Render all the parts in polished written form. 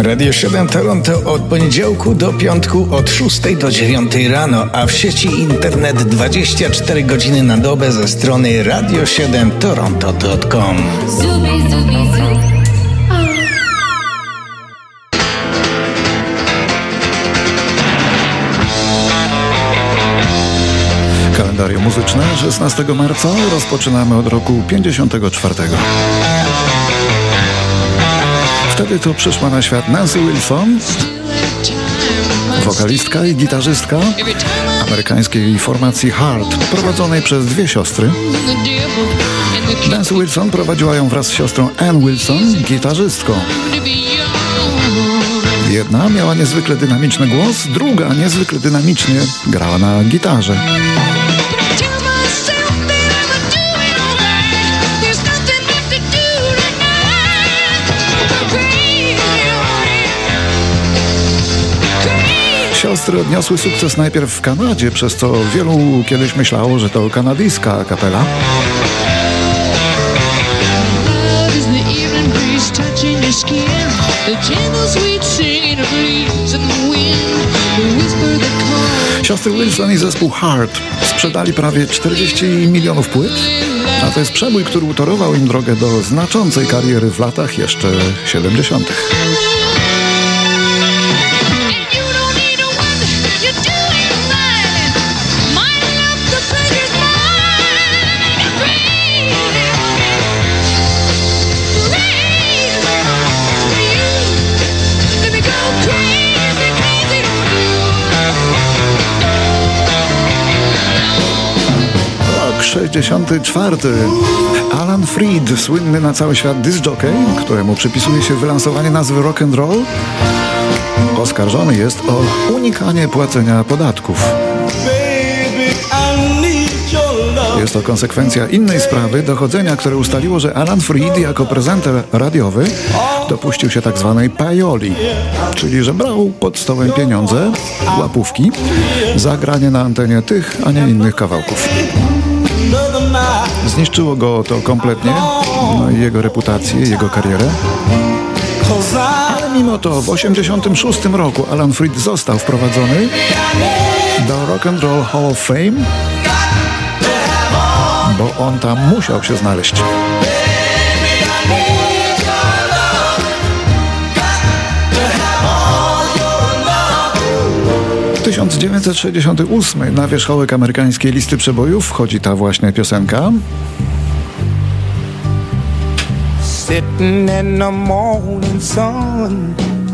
Radio 7 Toronto od poniedziałku do piątku od 6 do 9 rano, a w sieci internet 24 godziny na dobę ze strony radio7toronto.com. Kalendarium muzyczne 16 marca rozpoczynamy od roku 54. Wtedy to przyszła na świat Nancy Wilson, wokalistka i gitarzystka amerykańskiej formacji Heart, prowadzonej przez dwie siostry. Nancy Wilson prowadziła ją wraz z siostrą Ann Wilson, gitarzystką. Jedna miała niezwykle dynamiczny głos, druga niezwykle dynamicznie grała na gitarze. Siostry odniosły sukces najpierw w Kanadzie, przez co wielu kiedyś myślało, że to kanadyjska a cappella. Siostry Wilson i zespół Heart sprzedali prawie 40 milionów płyt, a to jest przebój, który utorował im drogę do znaczącej kariery w latach jeszcze 70. Rok 64. Alan Freed, słynny na cały świat disc jockey, któremu przypisuje się wylansowanie nazwy rock and roll, oskarżony jest o unikanie płacenia podatków. Jest to konsekwencja innej sprawy, dochodzenia, które ustaliło, że Alan Freed jako prezenter radiowy dopuścił się tak zwanej pajoli, czyli że brał pod stołem pieniądze, łapówki, za granie na antenie tych, a nie innych kawałków. Zniszczyło go to kompletnie, no i jego reputację, jego karierę. Ale mimo to w 1986 roku Alan Freed został wprowadzony do Rock and Roll Hall of Fame, bo on tam musiał się znaleźć. W 1968 na wierzchołek amerykańskiej listy przebojów wchodzi ta właśnie piosenka. Sitting in the morning sun.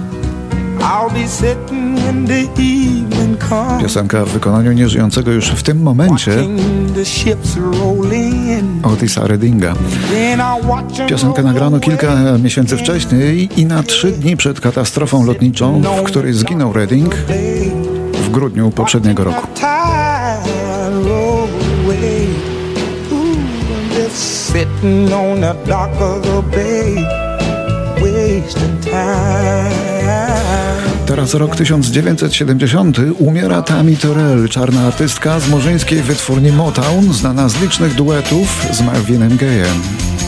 Piosenka w wykonaniu nieżyjącego już w tym momencie Otisa Reddinga. Piosenkę nagrano kilka miesięcy wcześniej i na 3 dni przed katastrofą lotniczą, w której zginął Redding w grudniu poprzedniego roku. Teraz rok 1970. Umiera Tammy Terrell, czarna artystka z murzyńskiej wytwórni Motown, znana z licznych duetów z Marvinem Gayem.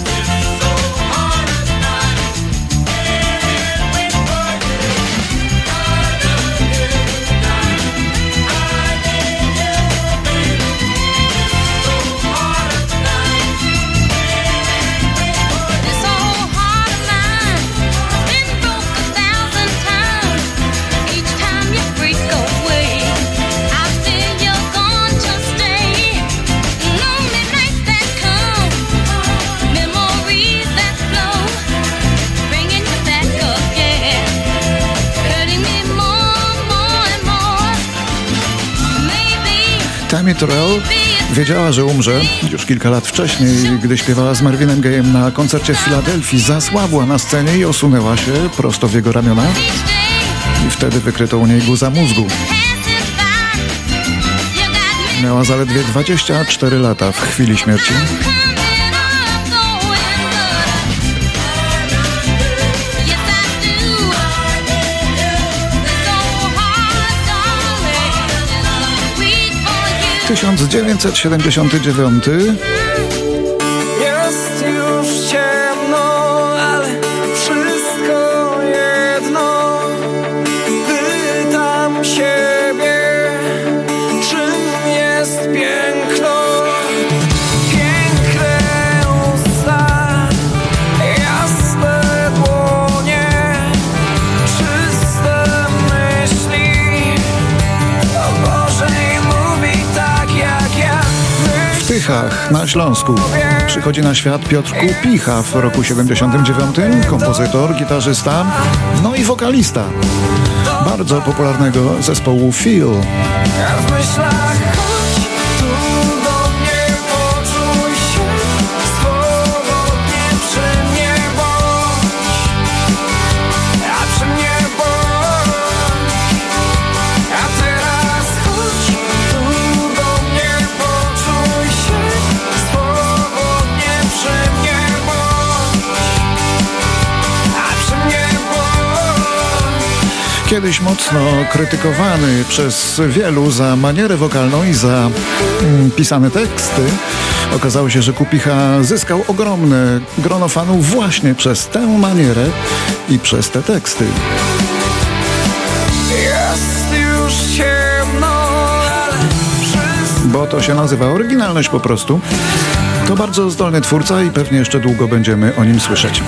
Tammy Terrell wiedziała, że umrze już kilka lat wcześniej, gdy śpiewała z Marvinem Gayem na koncercie w Filadelfii. Zasłabła na scenie i osunęła się prosto w jego ramiona i wtedy wykryto u niej guza mózgu. Miała zaledwie 24 lata w chwili śmierci. 1979. Jest już ciemno, ale wszystko jedno. Brzegach na Śląsku. Przychodzi na świat Piotr Kupicha w roku 79, kompozytor, gitarzysta, no i wokalista bardzo popularnego zespołu Feel. Kiedyś mocno krytykowany przez wielu za manierę wokalną i za pisane teksty, okazało się, że Kupicha zyskał ogromne grono fanów właśnie przez tę manierę i przez te teksty. Bo to się nazywa oryginalność po prostu. To bardzo zdolny twórca i pewnie jeszcze długo będziemy o nim słyszeć.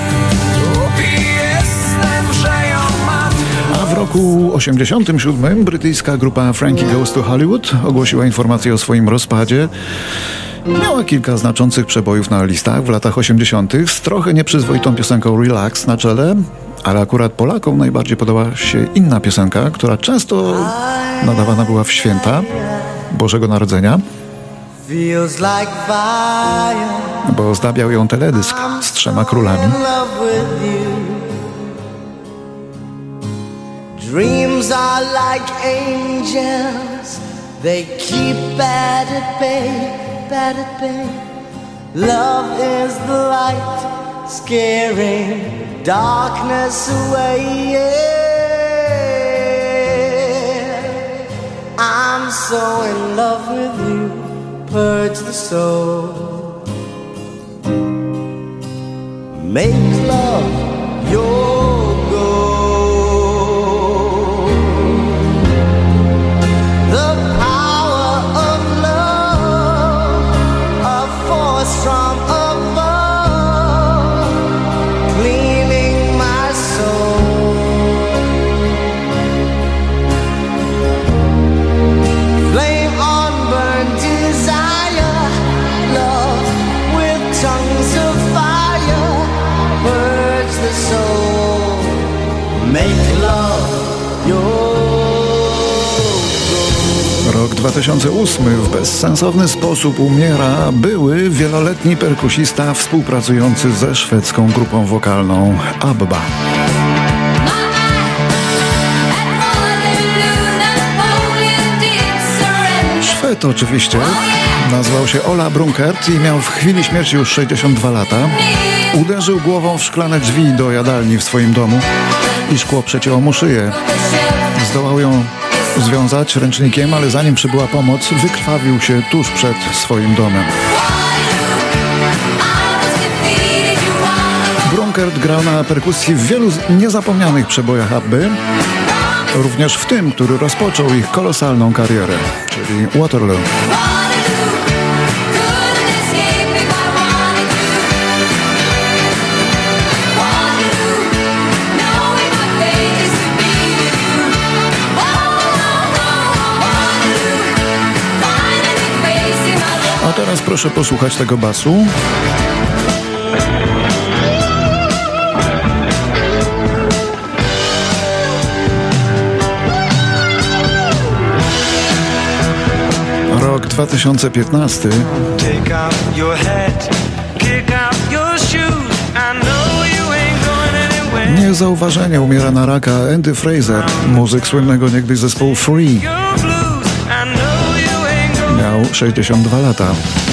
W roku 1987 brytyjska grupa Frankie Goes to Hollywood ogłosiła informację o swoim rozpadzie. Miała kilka znaczących przebojów na listach w latach 80. z trochę nieprzyzwoitą piosenką Relax na czele, ale akurat Polakom najbardziej podoba się inna piosenka, która często nadawana była w święta Bożego Narodzenia, bo zdabiał ją teledysk z 3 królami. Dreams are like angels, they keep bad at bay, bad at bay. Love is the light, scaring darkness away, yeah. I'm so in love with you, purge the soul. Make love your goal. From above, cleaning my soul. Flame on, burn desire, love with tongues of fire, purge the soul, make love your. Rok 2008 w bezsensowny sposób umiera były wieloletni perkusista współpracujący ze szwedzką grupą wokalną ABBA. Szwed oczywiście, nazwał się Ola Brunkert i miał w chwili śmierci już 62 lata. Uderzył głową w szklane drzwi do jadalni w swoim domu i szkło przecięło mu szyję. Zdołał ją związać ręcznikiem, ale zanim przybyła pomoc, wykrwawił się tuż przed swoim domem. Brunkert grał na perkusji w wielu niezapomnianych przebojach ABBY, również w tym, który rozpoczął ich kolosalną karierę, czyli Waterloo. A teraz proszę posłuchać tego basu. Rok 2015. Niezauważenie umiera na raka Andy Fraser, muzyk słynnego niegdyś zespołu Free. Miał 62 lata.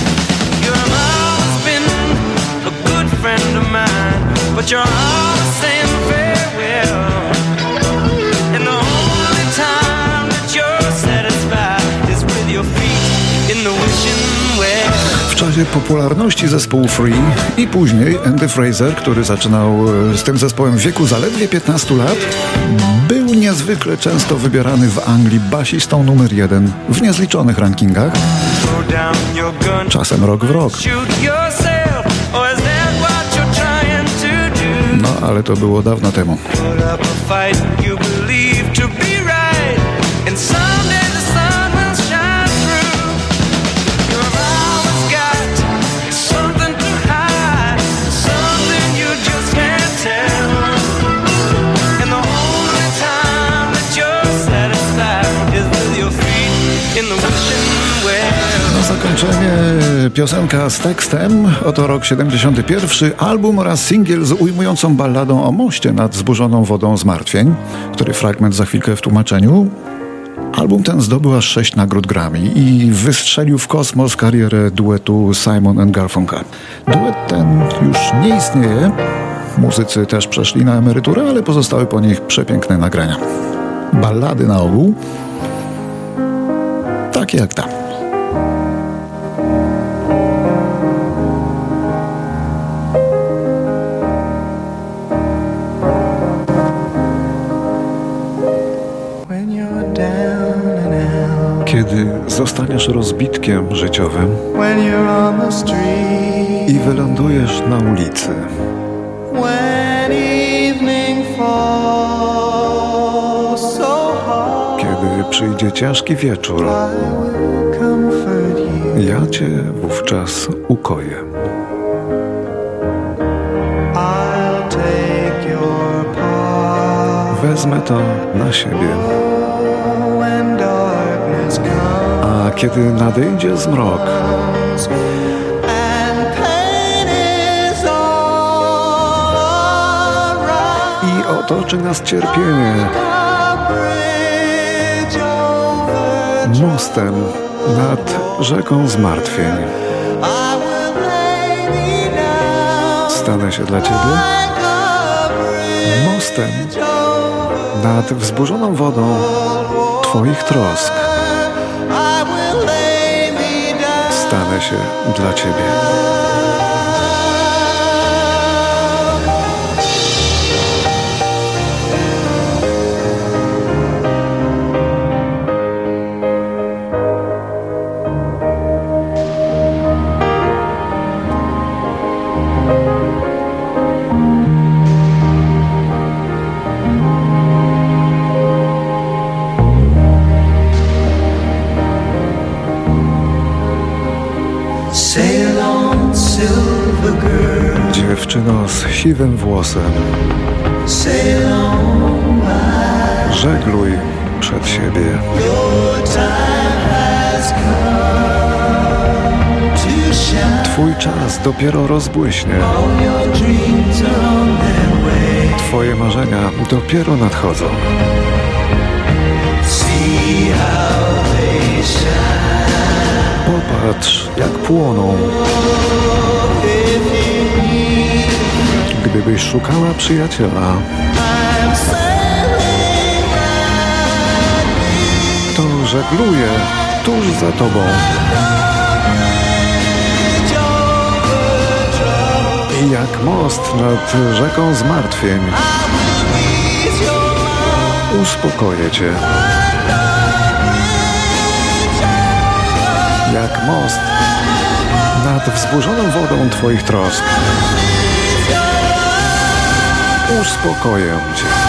W czasie popularności zespołu Free i później Andy Fraser, który zaczynał z tym zespołem w wieku zaledwie 15 lat, był niezwykle często wybierany w Anglii basistą numer 1 w niezliczonych rankingach, czasem rok w rok. No, ale to było dawno temu. piosenka z tekstem, oto rok 71, album oraz singiel z ujmującą balladą o moście nad zburzoną wodą zmartwień, który fragment za chwilkę w tłumaczeniu. Album ten zdobył aż 6 nagród Grammy i wystrzelił w kosmos karierę duetu Simon & Garfunkel. Duet ten już nie istnieje, muzycy też przeszli na emeryturę, ale pozostały po nich przepiękne nagrania. Ballady na ogół, takie jak ta. Kiedy zostaniesz rozbitkiem życiowym i wylądujesz na ulicy, kiedy przyjdzie ciężki wieczór, ja cię wówczas ukoję. Wezmę to na siebie. A kiedy nadejdzie zmrok i otoczy nas cierpienie mostem nad rzeką zmartwień, stanę się dla Ciebie mostem nad wzburzoną wodą Twoich trosk. Stanę się dla Ciebie. Dziewczyno z siwym włosem, żegluj przed siebie. Twój czas dopiero rozbłyśnie. Twoje marzenia dopiero nadchodzą. Popatrz, jak płoną. Gdybyś szukała przyjaciela, to żegluję tuż za tobą. I jak most nad rzeką zmartwień, uspokoję cię. Jak most nad wzburzoną wodą twoich trosk, uspokoję cię.